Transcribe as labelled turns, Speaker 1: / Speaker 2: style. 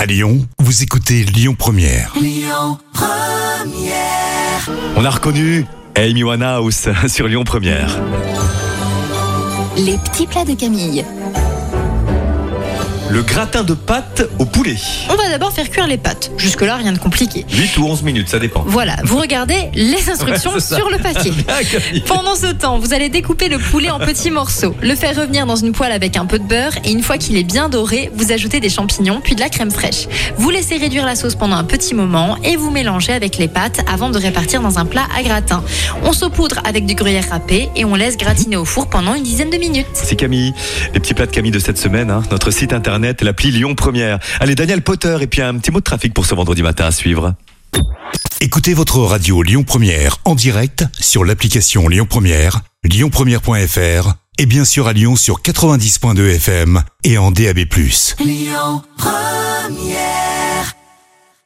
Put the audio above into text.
Speaker 1: À Lyon, vous écoutez Lyon Première.
Speaker 2: Lyon Première.
Speaker 3: On a reconnu Amy Winehouse sur Lyon Première.
Speaker 4: Les petits plats de Camille.
Speaker 3: Le gratin de pâtes au poulet.
Speaker 5: On va d'abord faire cuire les pâtes. Jusque-là, rien de compliqué.
Speaker 3: 8 ou 11 minutes, ça dépend.
Speaker 5: Voilà, vous regardez les instructions
Speaker 3: Ouais, c'est ça.
Speaker 5: sur le paquet. Pendant ce temps, vous allez découper le poulet en petits morceaux, le faire revenir dans une poêle avec un peu de beurre et une fois qu'il est bien doré, vous ajoutez des champignons puis de la crème fraîche. Vous laissez réduire la sauce pendant un petit moment et vous mélangez avec les pâtes avant de répartir dans un plat à gratin. On saupoudre avec du gruyère râpé et on laisse gratiner au four pendant une dizaine de minutes.
Speaker 3: C'est Camille, les petits plats de Camille de cette semaine, notre site internet et l'appli Lyon Première. Allez, Daniel Potter, et puis un petit mot de trafic pour ce vendredi matin à suivre.
Speaker 1: Écoutez votre radio Lyon Première en direct sur l'application Lyon Première, lyonpremière.fr et bien sûr à Lyon sur 90.2 FM et en DAB+.
Speaker 2: Lyon Première.